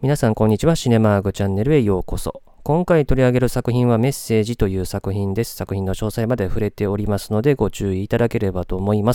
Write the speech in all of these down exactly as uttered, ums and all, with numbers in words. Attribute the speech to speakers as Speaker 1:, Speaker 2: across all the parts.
Speaker 1: 皆さんこんにちは。シネマーグチャンネルへようこそ。今回取り上げる作品はメッセージという作品です。作品の詳細まで触れておりますのでご注意いただければと思います。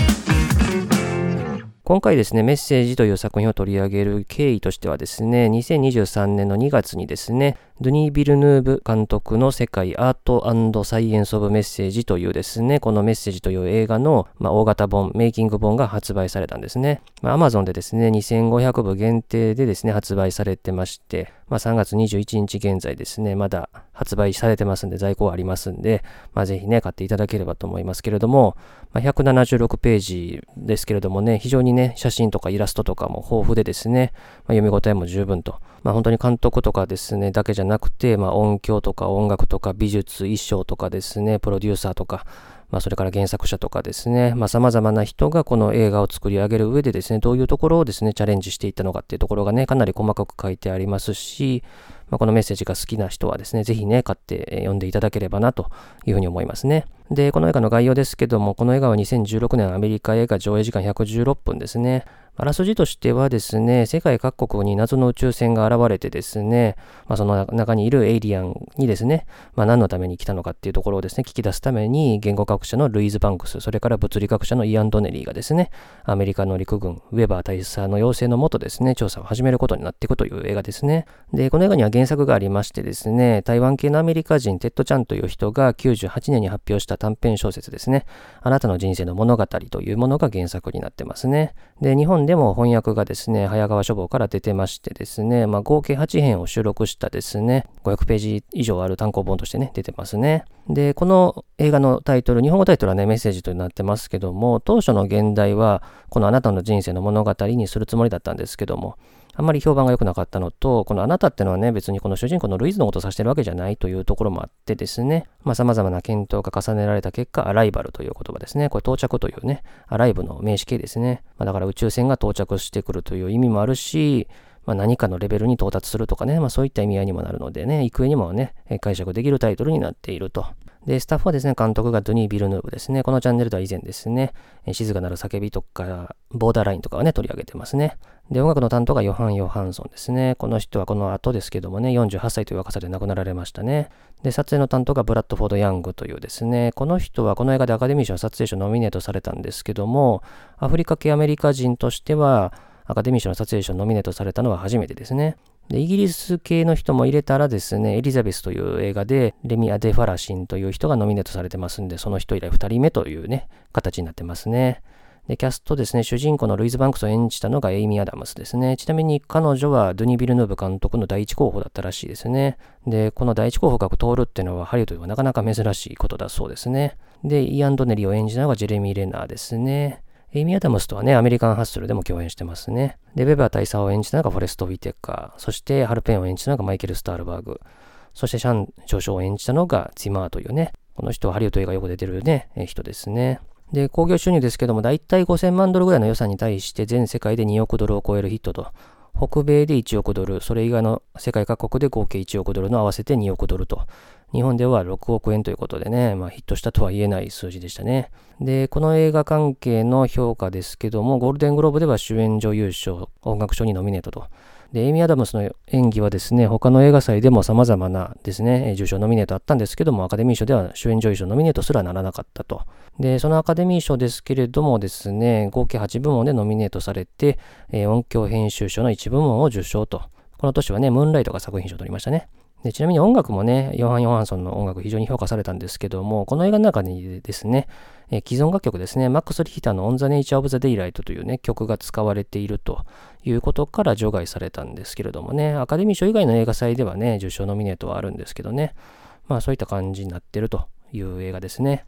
Speaker 1: 今回ですね、メッセージという作品を取り上げる経緯としてはですね、にせんにじゅうさんねんのにがつにですね、ドゥニー・ビルヌーブ監督の世界アート&サイエンス・オブ・メッセージというですね、このメッセージという映画の、まあ、大型本、メイキング本が発売されたんですね。まあ、Amazon でですね、にせんごひゃくぶ限定でですね、発売されてまして、まあ、さんがつにじゅういちにち現在ですね、まだ発売されてますんで、在庫ありますんで、まあ、ぜひね、買っていただければと思いますけれども、まあ、ひゃくななじゅうろくページですけれどもね、非常にね、写真とかイラストとかも豊富でですね、まあ、読み応えも十分と、まあ、本当に監督とかですね、だけじゃなくて、まあ、音響とか音楽とか美術、衣装とかですね、プロデューサーとか、まあ、それから原作者とかですね、まあ、様々な人がこの映画を作り上げる上でですね、どういうところをですね、チャレンジしていったのかっていうところがね、かなり細かく書いてありますし、まあ、このメッセージが好きな人はですね、ぜひね、買って読んでいただければなというふうに思いますね。で、この映画の概要ですけども、この映画はにせんじゅうろくねんアメリカ映画上映時間ひゃくじゅうろっぷんですね。あらすじとしてはですね、世界各国に謎の宇宙船が現れてですね、まあ、その中にいるエイリアンにですね、まあ、何のために来たのかっていうところをですね、聞き出すために言語学者のルイーズ・バンクス、それから物理学者のイアン・ドネリーがですね、アメリカの陸軍、ウェバー大佐の要請のもとですね、調査を始めることになっていくという映画ですね。で、この映画には原作がありましてですね、台湾系のアメリカ人テッド・チャンという人がきゅうじゅうはちねんに発表した短編小説ですね、あなたの人生の物語というものが原作になってますね。で、日本でも翻訳がですね、早川書房から出てましてですね、まあ、合計はちへんを収録したですね、ごひゃくページ以上ある単行本としてね、出てますね。で、この映画のタイトル、日本語タイトルはね、メッセージとなってますけども、当初の現代は、このあなたの人生の物語にするつもりだったんですけども、あんまり評判が良くなかったのと、このあなたってのはね、別にこの主人公のルイーズのことを指してるわけじゃないというところもあってですね、まあ様々な検討が重ねられた結果、アライバルという言葉ですね。これ到着というね、アライブの名詞形ですね。まあ、だから宇宙船が到着してくるという意味もあるし、まあ、何かのレベルに到達するとかね、まあそういった意味合いにもなるのでね、幾重にもね、解釈できるタイトルになっていると。で、スタッフはですね、監督がドゥニー・ビルヌーブですね。このチャンネルでは以前ですね、静かなる叫びとか、ボーダーラインとかはね、取り上げてますね。で、音楽の担当がヨハン・ヨハンソンですね。この人はこの後ですけどもね、よんじゅうはっさいという若さで亡くなられましたね。で、撮影の担当がブラッドフォード・ヤングというですね、この人はこの映画でアカデミー賞撮影賞ノミネートされたんですけども、アフリカ系アメリカ人としては、アカデミー賞の撮影賞ノミネートされたのは初めてですね。で、イギリス系の人も入れたらですね、エリザベスという映画で、レミ・アデ・ファラシンという人がノミネートされてますんで、その人以来ふたりめというね、形になってますね。で、キャストですね、主人公のルイーズ・バンクスを演じたのがエイミー・アダムスですね。ちなみに彼女はドゥニー・ビルヌーブ監督の第一候補だったらしいですね。で、この第一候補が通るっていうのはハリウッドではなかなか珍しいことだそうですね。で、イアン・ドネリーを演じたのがジェレミー・レナーですね。エイミー・アダムスとはね、アメリカン・ハッスルでも共演してますね。で、ウェバー大佐を演じたのがフォレスト・ウィテッカー。そして、ハルペンを演じたのがマイケル・スタールバーグ。そして、シャン少将を演じたのがツィマーというね、この人はハリウッド映画よく出てるね、人ですね。で、興行収入ですけども、だいたいごせんまんドルぐらいの予算に対して全世界でにおくドルを超えるヒットと。北米でいちおくドル、それ以外の世界各国で合計いちおくドルの合わせてにおくドルと。日本ではろくおくえんということでね、まあヒットしたとは言えない数字でしたね。で、この映画関係の評価ですけども、ゴールデングローブでは主演女優賞、音楽賞にノミネートと。で、エイミー・アダムスの演技はですね、他の映画祭でも様々なですね、受賞ノミネートあったんですけども、アカデミー賞では主演女優賞ノミネートすらならなかったと。で、そのアカデミー賞ですけれどもですね、合計はちぶもんでノミネートされて、えー、音響編集賞のいちぶもんを受賞と。この年はね、ムーンライトが作品賞を取りましたね。で、ちなみに音楽もね、ヨハン・ヨハンソンの音楽非常に評価されたんですけども、この映画の中にですね、えー、既存楽曲ですね、マックス・リヒターの On the Nature of the Daylight というね、曲が使われているということから除外されたんですけれどもね、アカデミー賞以外の映画祭ではね、受賞ノミネートはあるんですけどね、まあそういった感じになってるという映画ですね。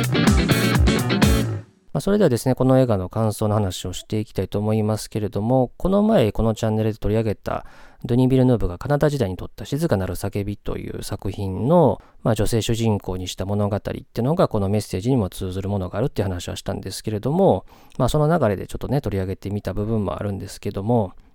Speaker 1: まあ、それではですね、この映画の感想の話をしていきたいと思いますけれども、この前このチャンネルで取り上げたドゥニー・ビルヌーブがカナダ時代に撮った静かなる叫びという作品の、まあ、女性主人公にした物語っていうのがこのメッセージにも通ずるものがあるっていう話はしたんですけれども、まあその流れでちょっとね取り上げてみた部分もあるんですけども、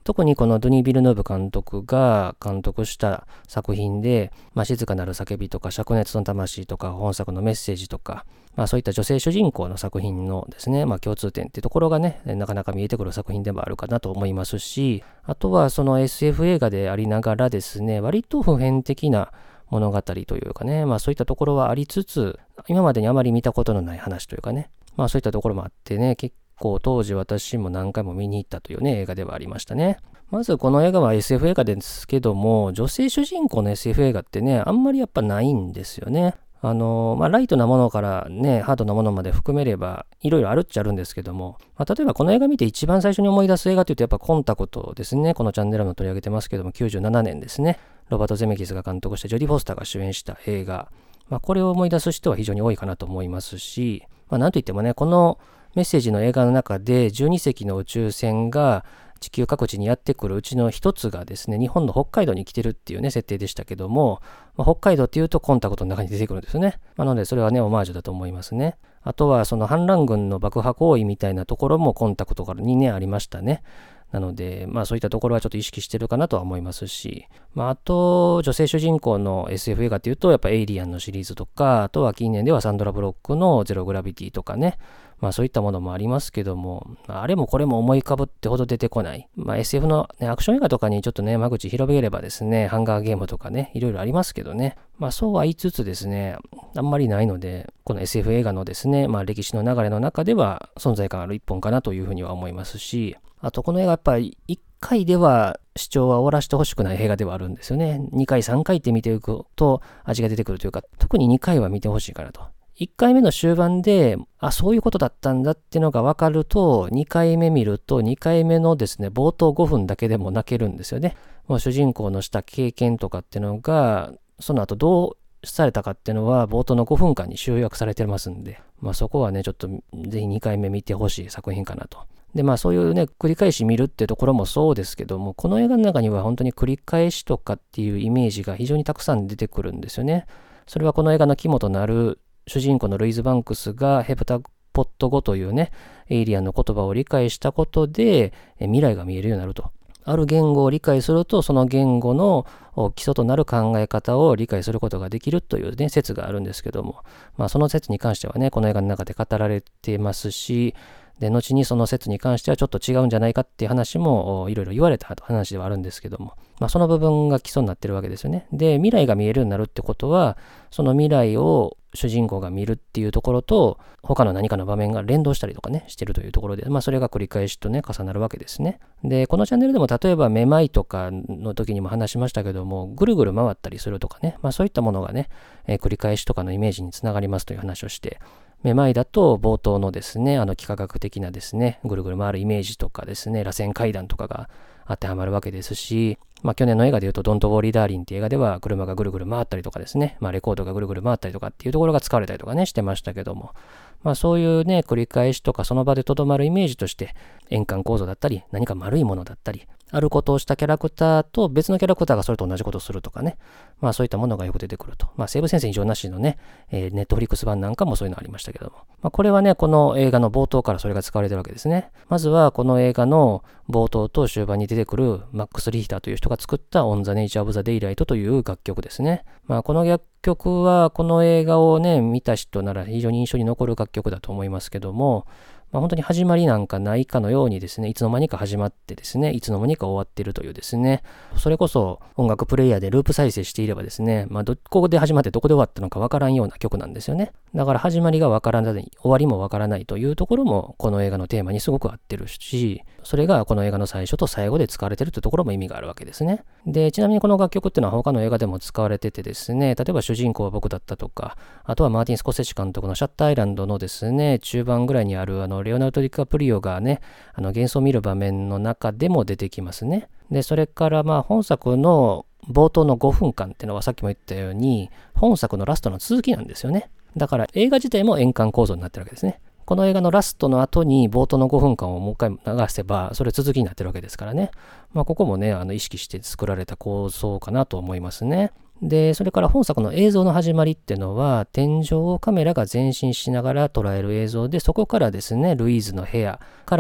Speaker 1: 特にこのドゥニー・ビルヌーヴ監督が監督した作品で、まあ、静かなる叫びとか灼熱の魂とか本作のメッセージとか、まあ、そういった女性主人公の作品のですね、まあ、共通点っていうところがね、なかなか見えてくる作品でもあるかなと思いますし、あとはその エスエフ 映画でありながらですね、割と普遍的な物語というかね、まあそういったところはありつつ、今までにあまり見たことのない話というかね、まあそういったところもあってね、結構当時私も何回も見に行ったというね、映画ではありましたね。まずこの映画は エスエフ 映画ですけども、女性主人公の エスエフ 映画ってね、あんまりやっぱないんですよね。あの、まあ、ライトなものからね、ハードなものまで含めれば、いろいろあるっちゃあるんですけども、まあ、例えばこの映画見て一番最初に思い出す映画というと、やっぱコンタクトですね。このチャンネルも取り上げてますけども、きゅうじゅうななねんですね。ロバート・ゼメキスが監督してジョディ・フォスターが主演した映画。まあ、これを思い出す人は非常に多いかなと思いますし、まあ、なんといってもね、このメッセージの映画の中でじゅうにせきの宇宙船が地球各地にやってくるうちの一つがですね、日本の北海道に来てるっていうね、設定でしたけども、まあ、北海道っていうとコンタクトの中に出てくるんですよね。まあ、なのでそれはね、オマージュだと思いますね。あとはその反乱軍の爆破行為みたいなところもコンタクトにね、ありましたね。なので、まあそういったところはちょっと意識してるかなとは思いますし、まああと、女性主人公の エスエフ 映画っていうと、やっぱエイリアンのシリーズとか、あとは近年ではサンドラ・ブロックのゼログラビティとかね、まあそういったものもありますけども、あれもこれも思い浮かぶってほど出てこない。まあ エスエフ の、ね、アクション映画とかにちょっとね、間口広げればですね、ハンガーゲームとかね、いろいろありますけどね、まあそうは言いつつですね、あんまりないので、この エスエフ 映画のですね、まあ歴史の流れの中では存在感ある一本かなというふうには思いますし、あとこの映画やっぱりいっかいでは視聴は終わらせてほしくない映画ではあるんですよね。にかいさんかいって見ていくと味が出てくるというか、特ににかいは見てほしいかなと。いっかいめの終盤で、あ、そういうことだったんだっていうのが分かると、にかいめ見るとにかいめのですね、冒頭ごふんだけでも泣けるんですよね。もう主人公のした経験とかっていうのが、その後どうされたかっていうのは冒頭のごふんかんに集約されてますんで、まあそこはね、ちょっとぜひにかいめ見てほしい作品かなと。で、まあそういうね、繰り返し見るってところもそうですけども、この映画の中には本当に繰り返しとかっていうイメージが非常にたくさん出てくるんですよね。それはこの映画の肝となる主人公のルイズ・バンクスがヘプタポット語というね、エイリアンの言葉を理解したことで、未来が見えるようになると。ある言語を理解すると、その言語の基礎となる考え方を理解することができるというね、説があるんですけども、まあその説に関してはね、この映画の中で語られてますし、で、後にその説に関してはちょっと違うんじゃないかっていう話もいろいろ言われた話ではあるんですけども、まあその部分が基礎になってるわけですよね。で、未来が見えるようになるってことは、その未来を主人公が見るっていうところと、他の何かの場面が連動したりとかね、してるというところで、まあそれが繰り返しとね、重なるわけですね。で、このチャンネルでも例えばめまいとかの時にも話しましたけども、ぐるぐる回ったりするとかね、まあそういったものがね、えー、繰り返しとかのイメージにつながりますという話をして、めまいだと冒頭のですね、あの幾何学的なですね、ぐるぐる回るイメージとかですね、螺旋階段とかが当てはまるわけですし、まあ去年の映画で言うと、ドント・ウォーリー・ダーリンっていう映画では車がぐるぐる回ったりとかですね、まあレコードがぐるぐる回ったりとかっていうところが使われたりとかね、してましたけども、まあそういうね、繰り返しとかその場でとどまるイメージとして、円環構造だったり、何か丸いものだったり、あることをしたキャラクターと別のキャラクターがそれと同じことをするとかね。まあそういったものがよく出てくると。まあ西部戦線異常なしのね、えー、ネットフリックス版なんかもそういうのありましたけども。まあこれはね、この映画の冒頭からそれが使われてるわけですね。まずはこの映画の冒頭と終盤に出てくるマックス・リヒターという人が作った On the Nature of the Daylight という楽曲ですね。まあこの楽曲はこの映画をね、見た人なら非常に印象に残る楽曲だと思いますけども、まあ、本当に始まりなんかないかのようにですね、いつの間にか始まってですね、いつの間にか終わっているというですね、それこそ音楽プレイヤーでループ再生していればですね、まあどこで始まってどこで終わったのかわからんような曲なんですよね。だから始まりがわからない、終わりもわからないというところもこの映画のテーマにすごく合ってるし、それがこの映画の最初と最後で使われてるというところも意味があるわけですね。で、ちなみにこの楽曲っていうのは他の映画でも使われててですね、例えば主人公は僕だったとか、あとはマーティン・スコセッシ監督のシャッターアイランドのですね、中盤ぐらいにあるあのレオナルド・ディカプリオがね、あの幻想を見る場面の中でも出てきますね。で、それからまあ本作の冒頭のごふんかんっていうのはさっきも言ったように、本作のラストの続きなんですよね。だから映画自体も円環構造になってるわけですね。この映画のラストの後に冒頭のごふんかんをもう一回流せば、それ続きになってるわけですからね。まあここもね、あの意識して作られた構造かなと思いますね。で、それから本作の映像の始まりっていうのは、天井をカメラが前進しながら捉える映像で、そこからですね、ルイーズの部屋から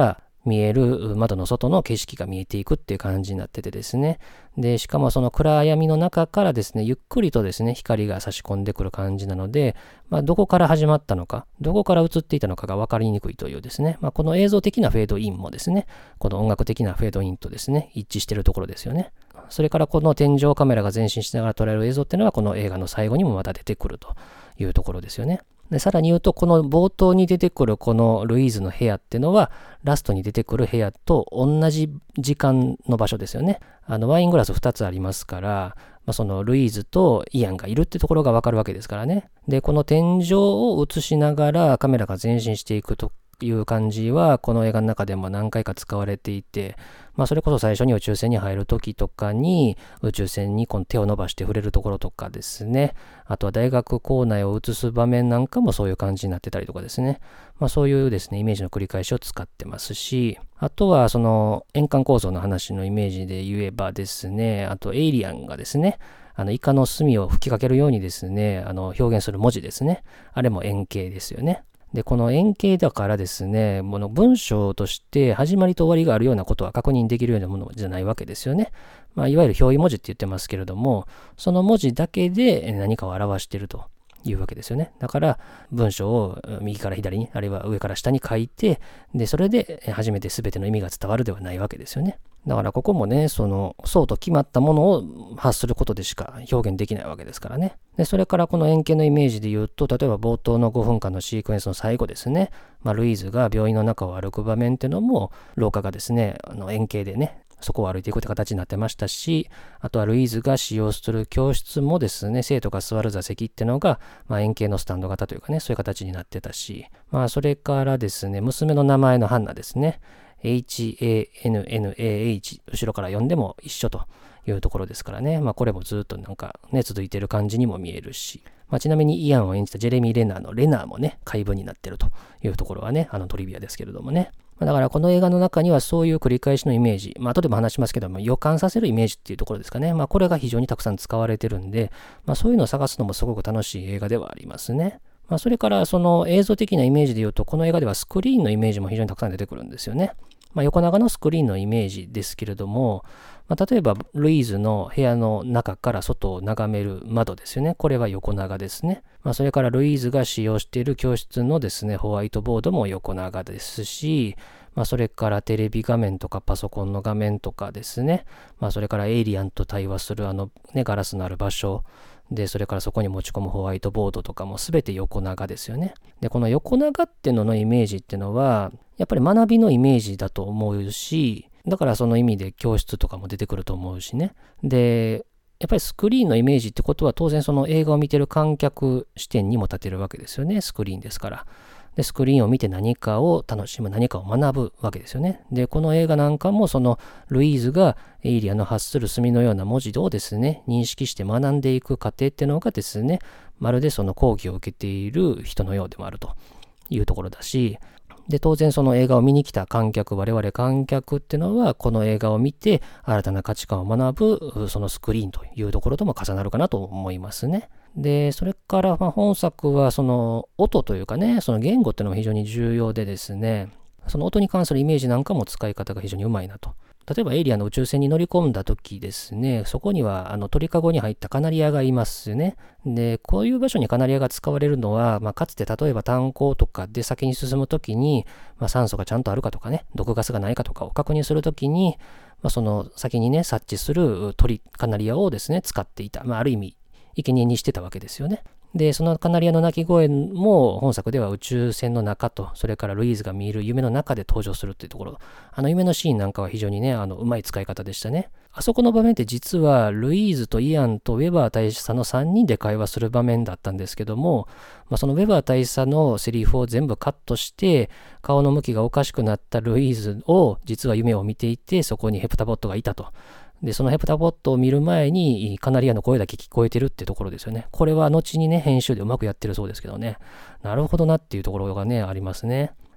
Speaker 1: 見える窓の外の景色が見えていくっていう感じになっててですね。で、しかもその暗闇の中からですね、ゆっくりとですね、光が差し込んでくる感じなので、まあ、どこから始まったのか、どこから映っていたのかが分かりにくいというですね、まあ、この映像的なフェードインもですね、この音楽的なフェードインとですね、一致しているところですよね。それからこの天井カメラが前進しながら捉える映像っていうのは、この映画の最後にもまた出てくるというところですよね。で、さらに言うと、この冒頭に出てくるこのルイーズの部屋っていうのは、ラストに出てくる部屋と同じ時間の場所ですよね。あの、ワイングラスふたつありますから、まあ、そのルイーズとイアンがいるってところがわかるわけですからね。で、この天井を映しながらカメラが前進していくという感じは、この映画の中でも何回か使われていて、まあ、それこそ最初に宇宙船に入るときとかに、宇宙船にこの手を伸ばして触れるところとかですね。あとは大学構内を映す場面なんかもそういう感じになってたりとかですね。まあ、そういうですね、イメージの繰り返しを使ってますし、あとはその円環構造の話のイメージで言えばですね、あとエイリアンがですね、あのイカの墨を吹きかけるようにですね、あの表現する文字ですね。あれも円形ですよね。で、この円形だからですね、もの文章として始まりと終わりがあるようなことは確認できるようなものじゃないわけですよね。まあ、いわゆる表意文字って言ってますけれども、その文字だけで何かを表しているというわけですよね。だから、文章を右から左に、あるいは上から下に書いて、で、それで初めて全ての意味が伝わるではないわけですよね。だからここもね、その、そうと決まったものを発することでしか表現できないわけですからね。で、それからこの円形のイメージで言うと、例えば冒頭のごふんかんのシークエンスの最後ですね、まあ、ルイーズが病院の中を歩く場面っていうのも、廊下がですね、あの円形でね、そこを歩いていくって形になってましたし、あとはルイーズが使用する教室もですね、生徒が座る座席っていうのが、まあ、円形のスタンド型というかね、そういう形になってたし、まあ、それからですね、娘の名前のハンナですね、エイチエーエヌエヌエーエイチ、後ろから読んでも一緒というところですからね。まあこれもずっとなんかね、続いている感じにも見えるし。まあちなみにイアンを演じたジェレミー・レナーのレナーもね、怪文になってるというところはね、あのトリビアですけれどもね。まあ、だからこの映画の中にはそういう繰り返しのイメージ、まあ後でも話しますけども、予感させるイメージっていうところですかね。まあこれが非常にたくさん使われてるんで、まあそういうのを探すのもすごく楽しい映画ではありますね。まあそれからその映像的なイメージで言うと、この映画ではスクリーンのイメージも非常にたくさん出てくるんですよね。まあ、横長のスクリーンのイメージですけれども、まあ、例えばルイーズの部屋の中から外を眺める窓ですよね。これは横長ですね。まあ、それからルイーズが使用している教室のですね、ホワイトボードも横長ですし、まあ、それからテレビ画面とかパソコンの画面とかですね。まあ、それからエイリアンと対話するあのね、ガラスのある場所。で、それからそこに持ち込むホワイトボードとかも全て横長ですよね。で、この横長っていうののイメージっていうのは、やっぱり学びのイメージだと思うし、だからその意味で教室とかも出てくると思うしね。で、やっぱりスクリーンのイメージってことは当然その映画を見てる観客視点にも立てるわけですよね。スクリーンですから。で、スクリーンを見て何かを楽しむ、何かを学ぶわけですよね。で、この映画なんかもそのルイーズがエイリアンの発する墨のような文字をですね、認識して学んでいく過程っていうのがですね、まるでその講義を受けている人のようでもあるというところだし、で、当然その映画を見に来た観客、我々観客っていうのは、この映画を見て新たな価値観を学ぶ、そのスクリーンというところとも重なるかなと思いますね。で、それからまあ本作はその音というかね、その言語っていうのも非常に重要でですね、その音に関するイメージなんかも使い方が非常にうまいなと。例えばエイリアンの宇宙船に乗り込んだ時ですね、そこにはあの鳥かごに入ったカナリアがいますよね。で、こういう場所にカナリアが使われるのは、まあ、かつて例えば炭鉱とかで先に進む時に、まあ、酸素がちゃんとあるかとかね、毒ガスがないかとかを確認する時に、まあ、その先にね、察知する鳥、カナリアをですね、使っていた。まあ、ある意味、生贄にしてたわけですよね。で、そのカナリアの鳴き声も本作では宇宙船の中と、それからルイーズが見る夢の中で登場するっていうところ、あの夢のシーンなんかは非常にね、あの、うまい使い方でしたね。あそこの場面って実はルイーズとイアンとウェバー大佐のさんにんで会話する場面だったんですけども、まあ、そのウェバー大佐のセリフを全部カットして、顔の向きがおかしくなったルイーズを実は夢を見ていて、そこにヘプタボットがいたと。で、そのヘプタボットを見る前にカナリアの声だけ聞こえてるってところですよね。これは後にね、編集でうまくやってるそうですけどね。なるほどなっていうところがね、ありますね。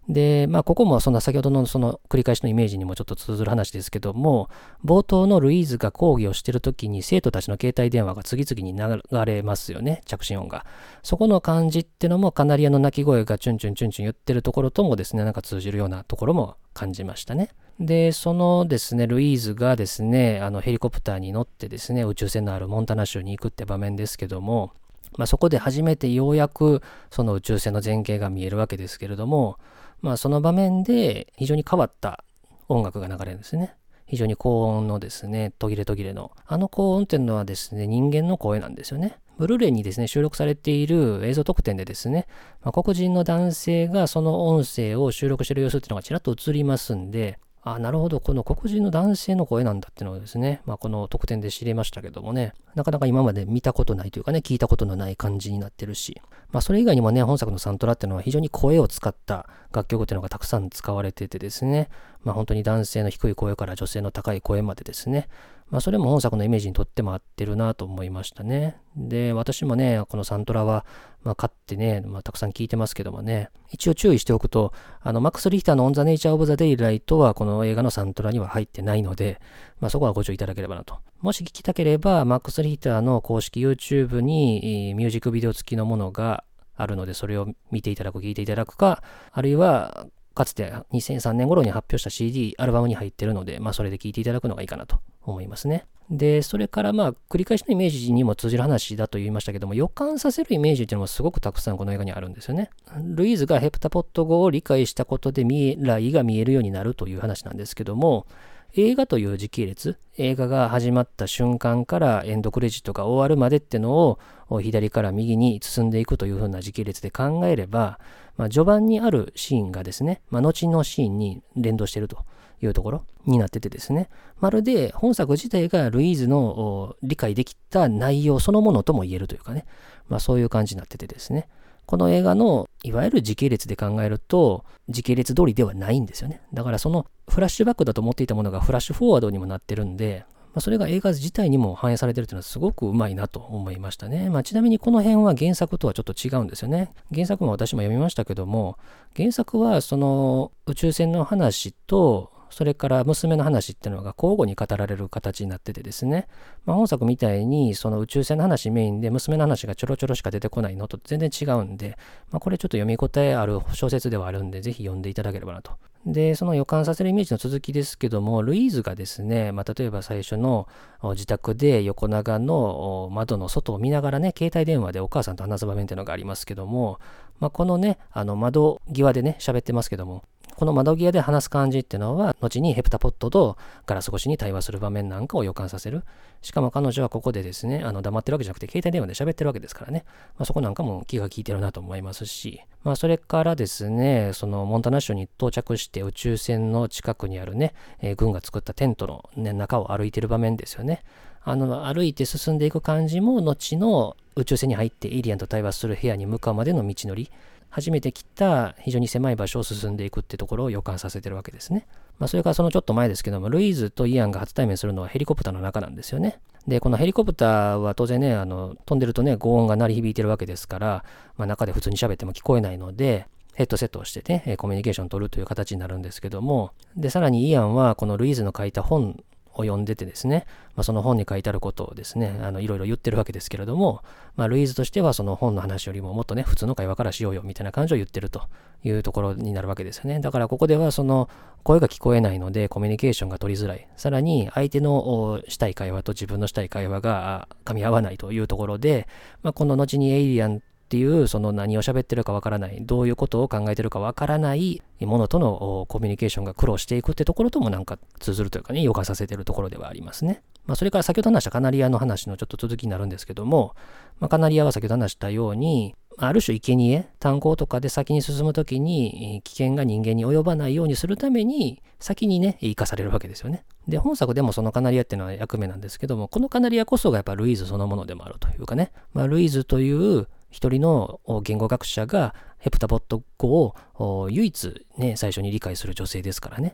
Speaker 1: で、まあ、ここもその先ほどのその繰り返しのイメージにもちょっと通ずる話ですけども、冒頭のルイーズが講義をしているときに生徒たちの携帯電話が次々に流れますよね、着信音が。そこの感じってのもカナリアの鳴き声がチュンチュンチュンチュン言ってるところともですね、なんか通じるようなところも感じましたね。で、そのですね、ルイーズがですね、あのヘリコプターに乗ってですね、宇宙船のあるモンタナ州に行くって場面ですけども、まあ、そこで初めてようやくその宇宙船の前景が見えるわけですけれども、まあその場面で非常に変わった音楽が流れるんですね。非常に高音のですね、途切れ途切れの。あの高音っていうのはですね、人間の声なんですよね。ブルーレイにですね、収録されている映像特典でですね、まあ、黒人の男性がその音声を収録している様子っていうのがちらっと映りますんで、あ、なるほど、この黒人の男性の声なんだっていうのをですね、まあ、この特典で知れましたけどもね、なかなか今まで見たことないというかね、聞いたことのない感じになってるし、まあ、それ以外にもね、本作のサントラっていうのは非常に声を使った楽曲っていうのがたくさん使われててですね、まあ、本当に男性の低い声から女性の高い声までですね、まあ、それも本作のイメージにとっても合ってるなと思いましたね。で、私もね、このサントラは、まあ、買ってね、まあ、たくさん聞いてますけどもね、一応注意しておくと、あの、マックス・リヒターの On the Nature of the Daylight はこの映画のサントラには入ってないので、まあ、そこはご注意いただければなと。もし聞きたければ、マックス・リヒターの公式 YouTube にミュージックビデオ付きのものがあるので、それを見ていただく、聞いていただくか、あるいは、かつてにせんさんねん頃に発表した シーディー、アルバムに入ってるので、まあそれで聴いていただくのがいいかなと思いますね。で、それからまあ繰り返しのイメージにも通じる話だと言いましたけども、予感させるイメージっていうのもすごくたくさんこの映画にあるんですよね。ルイーズがヘプタポット語を理解したことで未来が見えるようになるという話なんですけども、映画という時系列、映画が始まった瞬間からエンドクレジットが終わるまでってのを左から右に進んでいくという風な時系列で考えれば、まあ、序盤にあるシーンがですね、まあ、後のシーンに連動しているというところになっててですね、まるで本作自体がルイーズの理解できた内容そのものとも言えるというかね、まあ、そういう感じになっててですね、この映画のいわゆる時系列で考えると時系列通りではないんですよね。だからそのフラッシュバックだと思っていたものがフラッシュフォワードにもなってるんで、まあ、それが映画自体にも反映されてるというのはすごくうまいなと思いましたね。まあ、ちなみにこの辺は原作とはちょっと違うんですよね。原作も私も読みましたけども、原作はその宇宙船の話とそれから娘の話っていうのが交互に語られる形になっててですね、まあ、本作みたいにその宇宙船の話メインで娘の話がちょろちょろしか出てこないのと全然違うんで、まあ、これちょっと読み応えある小説ではあるんでぜひ読んでいただければなと。で、その予感させるイメージの続きですけども、ルイーズがですね、まあ、例えば最初の自宅で横長の窓の外を見ながらね、携帯電話でお母さんと話す場面っていうのがありますけども、まあ、このね、あの窓際でね、喋ってますけども、この窓際で話す感じっていうのは、後にヘプタポットとガラス越しに対話する場面なんかを予感させる。しかも彼女はここでですね、あの黙ってるわけじゃなくて、携帯電話で喋ってるわけですからね。まあ、そこなんかも気が利いてるなと思いますし、まあ、それからですね、そのモンタナ州に到着して宇宙船の近くにあるね、えー、軍が作ったテントの、ね、中を歩いてる場面ですよね。あの、歩いて進んでいく感じも、後の宇宙船に入ってエイリアンと対話する部屋に向かうまでの道のり。初めて来た非常に狭い場所を進んでいくってところを予感させてるわけですね。まあ、それからそのちょっと前ですけども、ルイーズとイアンが初対面するのはヘリコプターの中なんですよね。で、このヘリコプターは当然ね、あの飛んでるとね、轟音が鳴り響いてるわけですから、まあ、中で普通に喋っても聞こえないので、ヘッドセットをしてね、コミュニケーションを取るという形になるんですけども、で、さらにイアンはこのルイーズの書いた本を読んでてですね、まあ、その本に書いてあることをですね、あのいろいろ言ってるわけですけれども、まあ、ルイーズとしてはその本の話よりももっとね、普通の会話からしようよみたいな感じを言ってるというところになるわけですよね。だからここではその声が聞こえないのでコミュニケーションが取りづらい。さらに相手のしたい会話と自分のしたい会話が噛み合わないというところで、まあ、この後にエイリアンっていうその何を喋ってるかわからない、どういうことを考えてるかわからないものとのコミュニケーションが苦労していくってところともなんか通ずるというかね、予感させてるところではありますね。まあ、それから先ほど話したカナリアの話のちょっと続きになるんですけども、まあ、カナリアは先ほど話したように、ある種生贄、炭鉱とかで先に進むときに危険が人間に及ばないようにするために先にね、生かされるわけですよね。で、本作でもそのカナリアっていうのは役目なんですけども、このカナリアこそがやっぱルイーズそのものでもあるというかね、まあ、ルイーズという一人の言語学者がヘプタポット語を唯一ね、最初に理解する女性ですからね。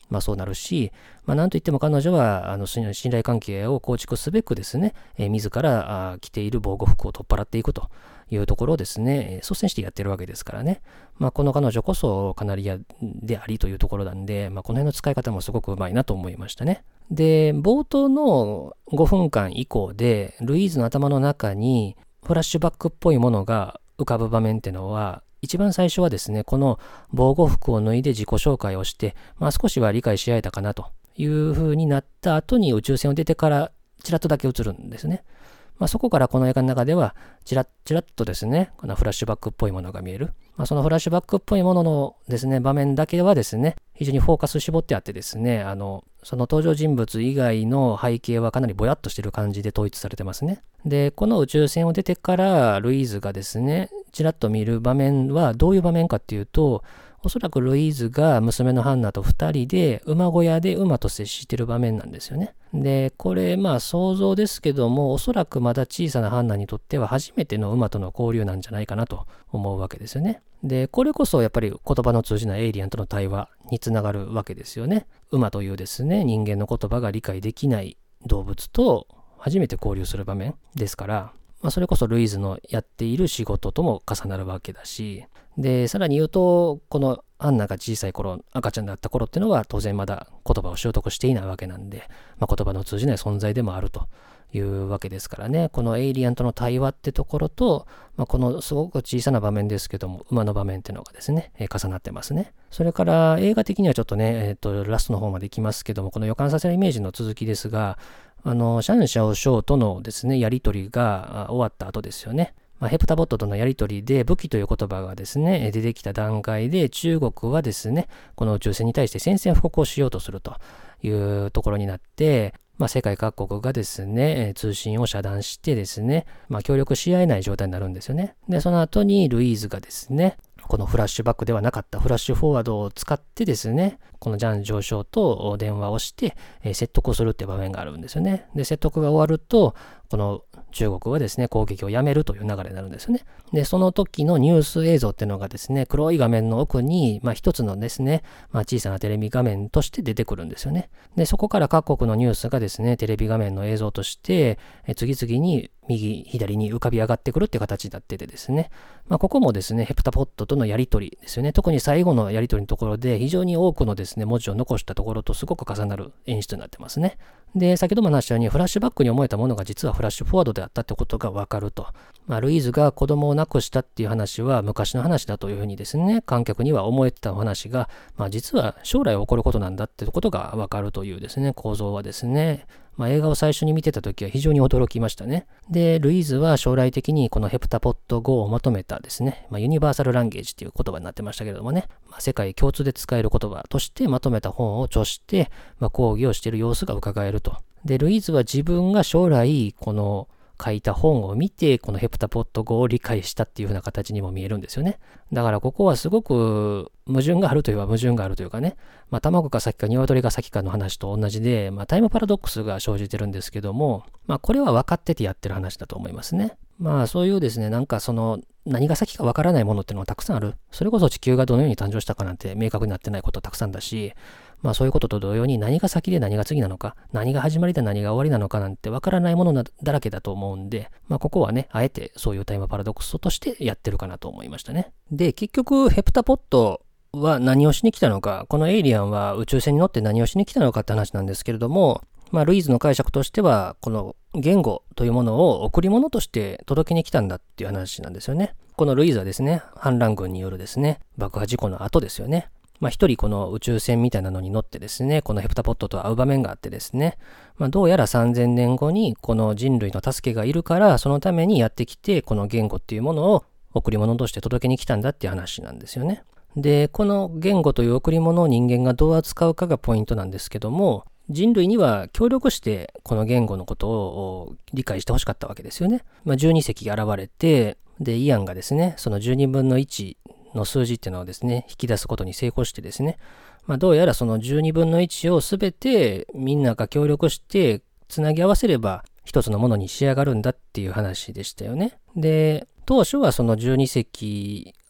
Speaker 1: まあそうなるし、まあなんといっても彼女は、あの、信頼関係を構築すべくですね、えー、自ら着ている防護服を取っ払っていくというところをですね、率先してやってるわけですからね。まあこの彼女こそカナリアでありというところなんで、まあこの辺の使い方もすごくうまいなと思いましたね。で、冒頭のごふんかん以降で、ルイーズの頭の中にフラッシュバックっぽいものが浮かぶ場面っていうのは、一番最初はですね、この防護服を脱いで自己紹介をして、まあ少しは理解し合えたかなという風になった後に宇宙船を出てからチラッとだけ映るんですね。まあそこからこの映画の中ではチラッチラッとですね、このフラッシュバックっぽいものが見える。まあそのフラッシュバックっぽいもののですね、場面だけはですね、非常にフォーカス絞ってあってですね、あの、その登場人物以外の背景はかなりぼやっとしてる感じで統一されてますね。で、この宇宙船を出てからルイーズがですね、ちらっと見る場面はどういう場面かっていうと、おそらくルイーズが娘のハンナと二人で馬小屋で馬と接してる場面なんですよね。で、これまあ想像ですけども、おそらくまだ小さなハンナにとっては初めての馬との交流なんじゃないかなと思うわけですよね。で、これこそやっぱり言葉の通じないエイリアンとの対話につながるわけですよね。馬というですね、人間の言葉が理解できない動物と初めて交流する場面ですから、まあ、それこそルイーズのやっている仕事とも重なるわけだし、で、さらに言うと、このアンナが小さい頃、赤ちゃんだった頃っていうのは当然まだ言葉を習得していないわけなんで、まあ、言葉の通じない存在でもあるというわけですからね、このエイリアンとの対話ってところと、まあ、このすごく小さな場面ですけども、馬の場面っていうのがですね、えー、重なってますね。それから映画的にはちょっとね、えっと、ラストの方まで行きますけども、この予感させるイメージの続きですが、あの、シャンシャオショウとのですね、やりとりが終わった後ですよね。まあ、ヘプタボットとのやりとりで武器という言葉がですね、出てきた段階で中国はですね、この宇宙船に対して宣戦布告をしようとするというところになって、まあ、世界各国がですね、通信を遮断してですね、まあ、協力し合えない状態になるんですよね。で、その後にルイーズがですね、このフラッシュバックではなかったフラッシュフォワードを使ってですね、このジャン上昇と電話をして、えー、説得をするっていう場面があるんですよね。で、説得が終わると、この中国はですね、攻撃をやめるという流れになるんですよね。で、その時のニュース映像っていうのがですね、黒い画面の奥に、まあ一つのですね、まあ小さなテレビ画面として出てくるんですよね。で、そこから各国のニュースがですね、テレビ画面の映像として、え次々に右、左に浮かび上がってくるっていう形になっててですね、まあここもですね、ヘプタポットとのやりとりですよね。特に最後のやりとりのところで非常に多くのですね、文字を残したところとすごく重なる演出になってますね。で、先ほども話したように、フラッシュバックに思えたものが実はフラッシュフォワードであったってことがわかると。まあ、ルイーズが子供を亡くしたっていう話は昔の話だというふうにですね、観客には思えてた話が、まあ、実は将来起こることなんだってことがわかるというですね、構造はですね、まあ、映画を最初に見てた時は非常に驚きましたね。で、ルイーズは将来的にこのヘプタポット語をまとめたですね、まあ、ユニバーサルランゲージっていう言葉になってましたけれどもね、まあ、世界共通で使える言葉としてまとめた本を著して、まあ、講義をしている様子が伺えると。で、ルイーズは自分が将来この書いた本を見て、このヘプタポット語を理解したっていう風な形にも見えるんですよね。だからここはすごく矛盾があるといえば矛盾があるというかね、まあ卵が先か鶏が先かの話と同じで、まあタイムパラドックスが生じてるんですけども、まあこれは分かっててやってる話だと思いますね。まあそういうですね、なんかその何が先か分からないものっていうのがたくさんある。それこそ地球がどのように誕生したかなんて明確になってないことたくさんだし、まあそういうことと同様に何が先で何が次なのか、何が始まりで何が終わりなのかなんて分からないものだらけだと思うんで、まあここはね、あえてそういうタイムパラドックスとしてやってるかなと思いましたね。で、結局ヘプタポットは何をしに来たのか、このエイリアンは宇宙船に乗って何をしに来たのかって話なんですけれども、まあルイーズの解釈としては、この言語というものを贈り物として届けに来たんだっていう話なんですよね。このルイーズはですね、反乱軍によるですね、爆破事故の後ですよね。まあ一人この宇宙船みたいなのに乗ってですね、このヘプタポットと会う場面があってですね、まあどうやらさんぜんねんごにこの人類の助けがいるから、そのためにやってきて、この言語っていうものを贈り物として届けに来たんだっていう話なんですよね。で、この言語という贈り物を人間がどう扱うかがポイントなんですけども、人類には協力してこの言語のことを理解してほしかったわけですよね。まあじゅうに隻現れて、で、イアンがですね、そのじゅうにぶんのいちの数字っていうのをですね、引き出すことに成功してですね、まあどうやらそのじゅうにぶんのいちをすべてみんなが協力してつなぎ合わせれば一つのものに仕上がるんだっていう話でしたよね。で、当初はそのじゅうに隻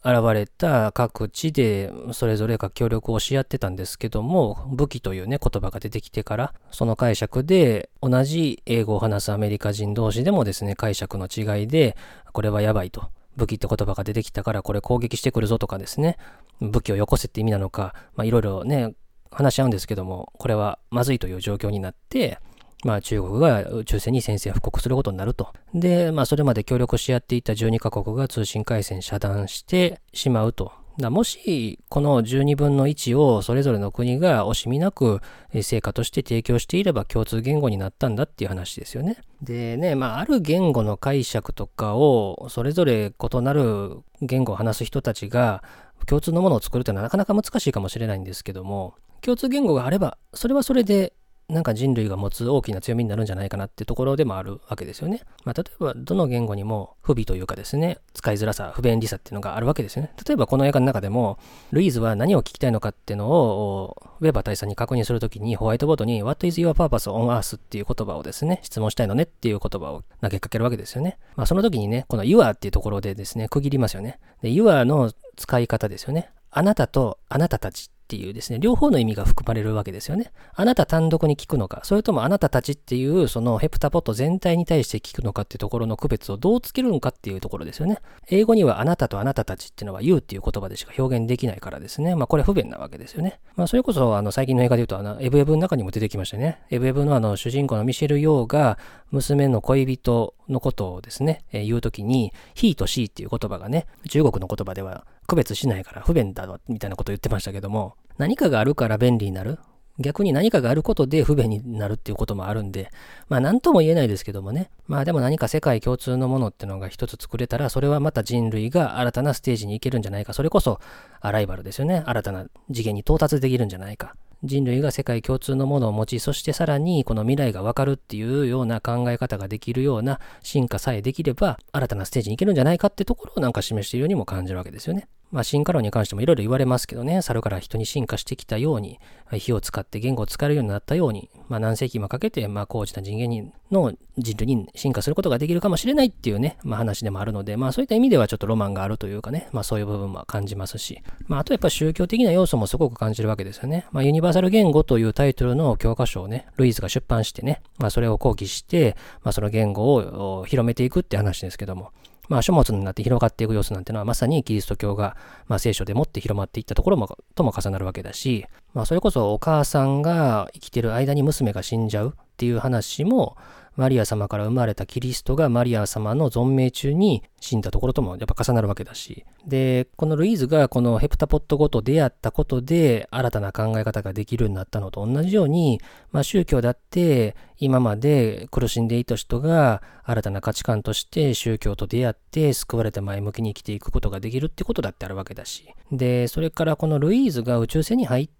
Speaker 1: 現れた各地でそれぞれが協力をし合ってたんですけども、武器というね言葉が出てきてから、その解釈で同じ英語を話すアメリカ人同士でもですね、解釈の違いでこれはやばいと、武器って言葉が出てきたからこれ攻撃してくるぞとかですね、武器をよこせって意味なのか、まあいろいろね話し合うんですけども、これはまずいという状況になって、まあ中国が宇宙船に宣戦布告することになると。で、まあそれまで協力し合っていたじゅうにカ国が通信回線遮断してしまうと。だもしこのじゅうにぶんのいちをそれぞれの国が惜しみなく成果として提供していれば共通言語になったんだっていう話ですよね。でね、まあある言語の解釈とかをそれぞれ異なる言語を話す人たちが共通のものを作るというのはなかなか難しいかもしれないんですけども、共通言語があればそれはそれでなんか人類が持つ大きな強みになるんじゃないかなってところでもあるわけですよね。まあ、例えばどの言語にも不備というかですね、使いづらさ、不便利さっていうのがあるわけですよね。例えばこの映画の中でも、ルイーズは何を聞きたいのかっていうのをウェバー大佐に確認するときにホワイトボードに What is your purpose on earth っていう言葉をですね、質問したいのねっていう言葉を投げかけるわけですよね。まあその時にね、この your っていうところでですね、区切りますよね。で、your の使い方ですよね。あなたとあなたたちっていうですね、両方の意味が含まれるわけですよね。あなた単独に聞くのか、それともあなたたちっていうそのヘプタポット全体に対して聞くのかっていうところの区別をどうつけるのかっていうところですよね。英語にはあなたとあなたたちっていうのは you っていう言葉でしか表現できないからですね。まあこれ不便なわけですよね。まあそれこそあの最近の映画で言うとあのエブエブの中にも出てきましたね。エブエブのあの主人公のミシェル・ヨーが娘の恋人のことをですね、えー、言うときに he と she っていう言葉がね、中国の言葉では区別しないから不便だみたいなことを言ってましたけども、何かがあるから便利になる、逆に何かがあることで不便になるっていうこともあるんで、まあ何とも言えないですけどもね、まあでも何か世界共通のものってのが一つ作れたら、それはまた人類が新たなステージに行けるんじゃないか、それこそアライバルですよね、新たな次元に到達できるんじゃないか。人類が世界共通のものを持ち、そしてさらにこの未来がわかるっていうような考え方ができるような進化さえできれば、新たなステージに行けるんじゃないかってところをなんか示しているようにも感じるわけですよね。まあ進化論に関してもいろいろ言われますけどね、猿から人に進化してきたように、火を使って言語を使えるようになったように、まあ何世紀もかけて、まあ高次な人間にの人類に進化することができるかもしれないっていうね、まあ話でもあるので、まあそういった意味ではちょっとロマンがあるというかね、まあそういう部分も感じますし、まああとやっぱ宗教的な要素もすごく感じるわけですよね。まあユニバーサル言語というタイトルの教科書をね、ルイーズが出版してね、まあそれを講義して、まあその言語を広めていくって話ですけども、まあ書物になって広がっていく様子なんてのはまさにキリスト教が、まあ、聖書でもって広まっていったところもとも重なるわけだし、まあそれこそお母さんが生きてる間に娘が死んじゃうっていう話も、マリア様から生まれたキリストがマリア様の存命中に死んだところともやっぱ重なるわけだし、でこのルイーズがこのヘプタポット語と出会ったことで新たな考え方ができるようになったのと同じように、まあ、宗教だって今まで苦しんでいた人が新たな価値観として宗教と出会って救われて前向きに生きていくことができるってことだってあるわけだし、でそれからこのルイーズが宇宙船に入って、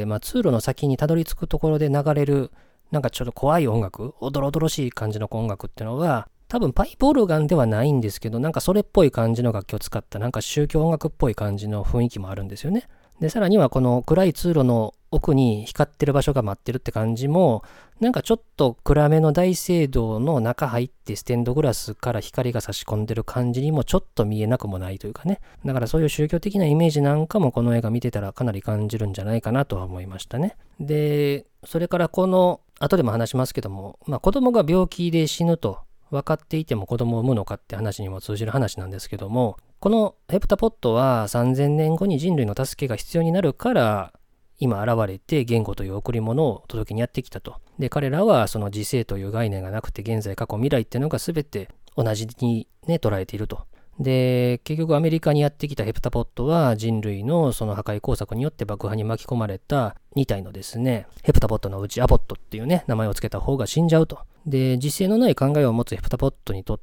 Speaker 1: まあ、通路の先にたどり着くところで流れるなんかちょっと怖い音楽、おどろおどろしい感じの音楽っていうのは、多分パイプオルガンではないんですけど、なんかそれっぽい感じの楽器を使ったなんか宗教音楽っぽい感じの雰囲気もあるんですよね。で、さらにはこの暗い通路の奥に光ってる場所が待ってるって感じも、なんかちょっと暗めの大聖堂の中入ってステンドグラスから光が差し込んでる感じにもちょっと見えなくもないというかね。だからそういう宗教的なイメージなんかもこの映画見てたらかなり感じるんじゃないかなとは思いましたね。で、それからこの後でも話しますけども、まあ子供が病気で死ぬと分かっていても子供を産むのかって話にも通じる話なんですけども、このヘプタポットはさんぜんねんごに人類の助けが必要になるから今現れて言語という贈り物を届けにやってきたと。で、彼らはその時世という概念がなくて現在、過去、未来っていうのが全て同じにね、捉えていると。で、結局アメリカにやってきたヘプタポットは人類のその破壊工作によって爆破に巻き込まれたに体のですね、ヘプタポットのうちアボットっていうね、名前を付けた方が死んじゃうと。で、時世のない考えを持つヘプタポットにとって、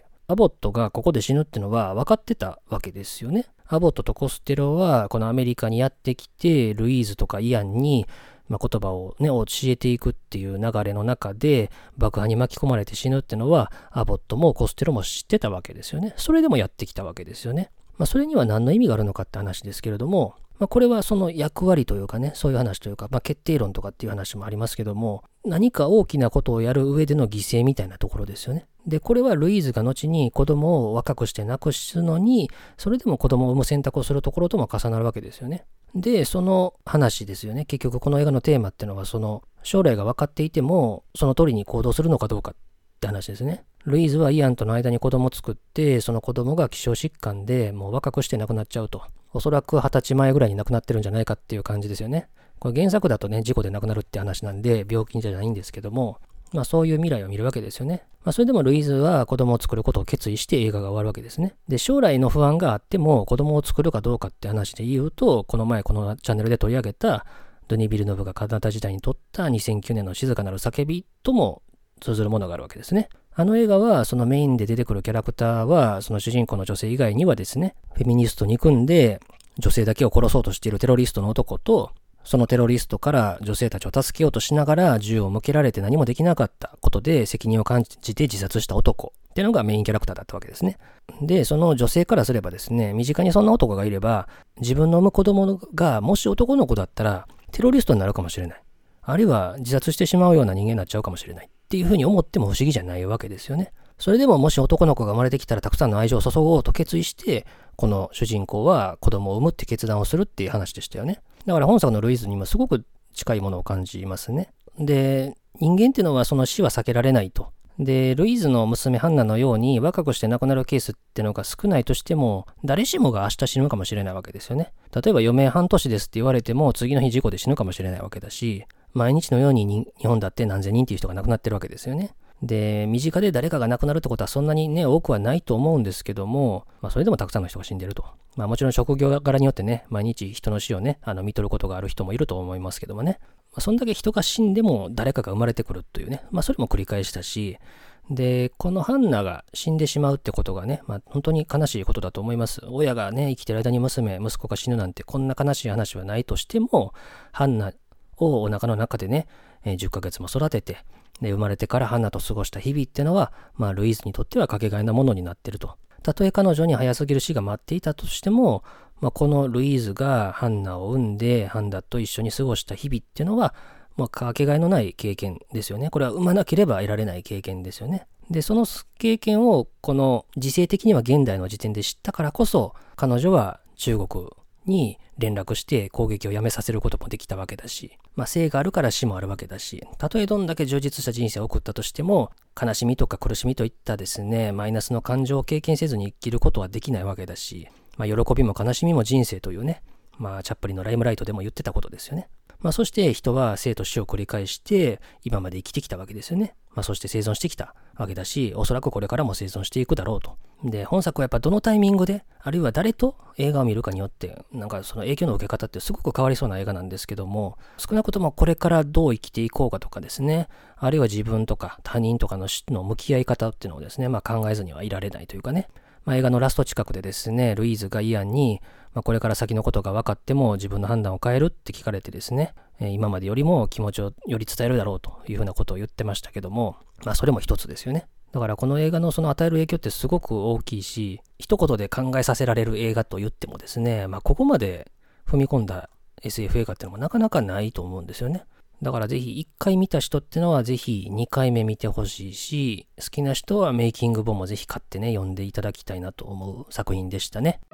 Speaker 1: アボットがここで死ぬっていうのは分かってたわけですよね。アボットとコステロはこのアメリカにやってきて、ルイーズとかイアンにまあ言葉をね、教えていくっていう流れの中で爆破に巻き込まれて死ぬってのはアボットもコステロも知ってたわけですよね。それでもやってきたわけですよね。まあそれには何の意味があるのかって話ですけれども、まあこれはその役割というかね、そういう話というか、まあ決定論とかっていう話もありますけども、何か大きなことをやる上での犠牲みたいなところですよね。 で、これはルイーズが後に子供を若くして亡くすのに、それでも子供を産む選択をするところとも重なるわけですよね。で、その話ですよね。結局この映画のテーマっていうのは、その将来が分かっていても、その通りに行動するのかどうかって話ですね。ルイーズはイアンとの間に子供を作って、その子供が希少疾患でもう若くして亡くなっちゃうと。おそらくはたちまえぐらいに亡くなってるんじゃないかっていう感じですよね。これ原作だとね、事故で亡くなるって話なんで、病気じゃないんですけども、まあそういう未来を見るわけですよね。まあそれでもルイーズは子供を作ることを決意して映画が終わるわけですね。で、将来の不安があっても子供を作るかどうかって話で言うと、この前このチャンネルで取り上げたドニー・ビルヌーヴがカナダ時代に撮ったにせんきゅうねんの静かなる叫びとも通ずるものがあるわけですね。あの映画はそのメインで出てくるキャラクターはその主人公の女性以外にはですね、フェミニストに組んで女性だけを殺そうとしているテロリストの男と、そのテロリストから女性たちを助けようとしながら銃を向けられて何もできなかったことで責任を感じて自殺した男っていうのがメインキャラクターだったわけですね。で、その女性からすればですね、身近にそんな男がいれば、自分の産む子供がもし男の子だったらテロリストになるかもしれない。あるいは自殺してしまうような人間になっちゃうかもしれないっていうふうに思っても不思議じゃないわけですよね。それでももし男の子が生まれてきたらたくさんの愛情を注ごうと決意して、この主人公は子供を産むって決断をするっていう話でしたよね。だから本作のルイーズにもすごく近いものを感じますね。で、人間っていうのはその死は避けられないと。で、ルイーズの娘ハンナのように若くして亡くなるケースっていうのが少ないとしても、誰しもが明日死ぬかもしれないわけですよね。例えば余命半年ですって言われても、次の日事故で死ぬかもしれないわけだし、毎日のように日本だって何千人っていう人が亡くなってるわけですよね。で、身近で誰かが亡くなるってことはそんなにね、多くはないと思うんですけども、まあそれでもたくさんの人が死んでると。まあもちろん職業柄によってね、毎日人の死をね、あの見とることがある人もいると思いますけどもね。まあそんだけ人が死んでも誰かが生まれてくるというね、まあそれも繰り返したし、で、このハンナが死んでしまうってことがね、まあ本当に悲しいことだと思います。親がね、生きてる間に娘、息子が死ぬなんてこんな悲しい話はないとしても、ハンナをお腹の中でね、じゅっかげつも育てて、で、生まれてからハンナと過ごした日々ってのは、まあ、ルイーズにとってはかけがえなものになっていると。たとえ彼女に早すぎる死が待っていたとしても、まあ、このルイーズがハンナを産んで、ハンナと一緒に過ごした日々っていうのは、まあ、かけがえのない経験ですよね。これは産まなければ得られない経験ですよね。で、その経験を、この時勢的には現代の時点で知ったからこそ、彼女は中国に連絡して攻撃をやめさせることもできたわけだし、まあ生があるから死もあるわけだし、たとえどんだけ充実した人生を送ったとしても、悲しみとか苦しみといったですね、マイナスの感情を経験せずに生きることはできないわけだし、まあ喜びも悲しみも人生というね、まあチャップリンのライムライトでも言ってたことですよね。まあそして人は生と死を繰り返して今まで生きてきたわけですよね。まあそして生存してきたわけだし、おそらくこれからも生存していくだろうと。で、本作はやっぱどのタイミングで、あるいは誰と映画を見るかによって、なんかその影響の受け方ってすごく変わりそうな映画なんですけども、少なくともこれからどう生きていこうかとかですね、あるいは自分とか他人とかの死の向き合い方っていうのをですね、まあ考えずにはいられないというかね、まあ映画のラスト近くでですね、ルイーズがイアンに、まあこれから先のことが分かっても自分の判断を変えるって聞かれてですね、今までよりも気持ちをより伝えるだろうというふうなことを言ってましたけども、まあそれも一つですよね。だからこの映画のその与える影響ってすごく大きいし、一言で考えさせられる映画と言ってもですね、まあここまで踏み込んだ エスエフ 映画っていうのもなかなかないと思うんですよね。だからぜひいっかい見た人ってのはぜひにかいめ見てほしいし、好きな人はメイキング本もぜひ買ってね、読んでいただきたいなと思う作品でしたね。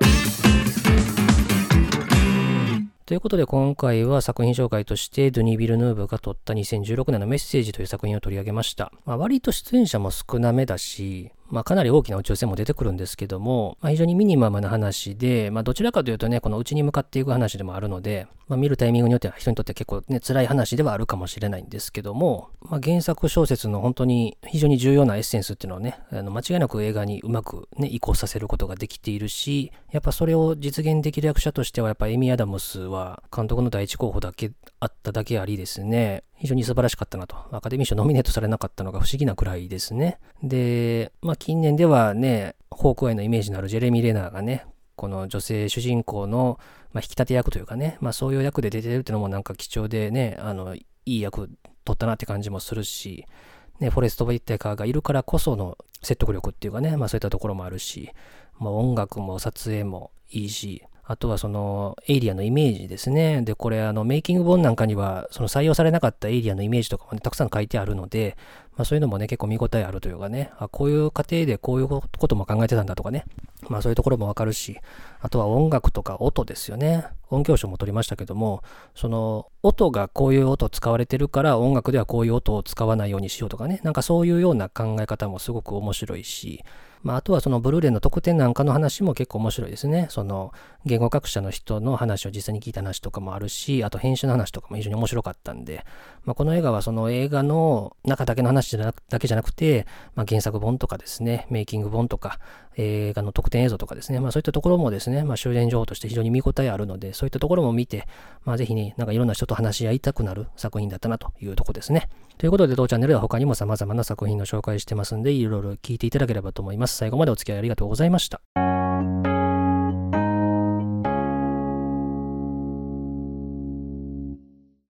Speaker 1: ということで今回は作品紹介としてドゥニー・ビルヌーヴが撮ったにせんじゅうろくねんのメッセージという作品を取り上げました。まあ、割と出演者も少なめだし、まあ、かなり大きな宇宙船も出てくるんですけども、まあ、非常にミニマムな話で、まあ、どちらかというとね、この内に向かっていく話でもあるので、まあ、見るタイミングによっては人にとって結構ね、辛い話ではあるかもしれないんですけども、まあ、原作小説の本当に非常に重要なエッセンスっていうのをね、あの間違いなく映画にうまくね、移行させることができているし、やっぱそれを実現できる役者としては、やっぱエミー・アダムスは監督の第一候補だけあっただけありですね、非常に素晴らしかったなと。アカデミー賞ノミネートされなかったのが不思議なくらいですね。で、まあ近年ではね、ホークアイのイメージのあるジェレミー・レナーがね、この女性主人公の、まあ、引き立て役というかね、まあそういう役で出てるっていうのもなんか貴重でね、あの、いい役取ったなって感じもするし、ね、フォレスト・ウェイテカーがいるからこその説得力っていうかね、まあそういったところもあるし、まあ音楽も撮影もいいし、 あとはそのエイリアンのイメージですね。で、これあのメイキング本なんかにはその採用されなかったエイリアンのイメージとかも、ね、たくさん書いてあるので、まあそういうのもね、結構見応えあるというかね、あ、こういう過程でこういうことも考えてたんだとかね、まあそういうところもわかるし、あとは音楽とか音ですよね。音響賞も取りましたけども、その音がこういう音使われてるから音楽ではこういう音を使わないようにしようとかね、なんかそういうような考え方もすごく面白いし、まあ、あとはそのブルーレイの特典なんかの話も結構面白いですね。その言語学者の人の話を実際に聞いた話とかもあるし、あと編集の話とかも非常に面白かったんで、まあ、この映画はその映画の中だけの話じゃなくだけじゃなくて、まあ、原作本とかですね、メイキング本とか、映画の特典映像とかですね、まあ、そういったところもですね、まあ、修練情報として非常に見応えあるので、そういったところも見て、まあ、ぜひね、なんかいろんな人と話し合いたくなる作品だったなというところですね。ということで、当チャンネルでは他にも様々な作品の紹介してますんで、いろいろ聞いていただければと思います。最後までお付き合いありがとうございました。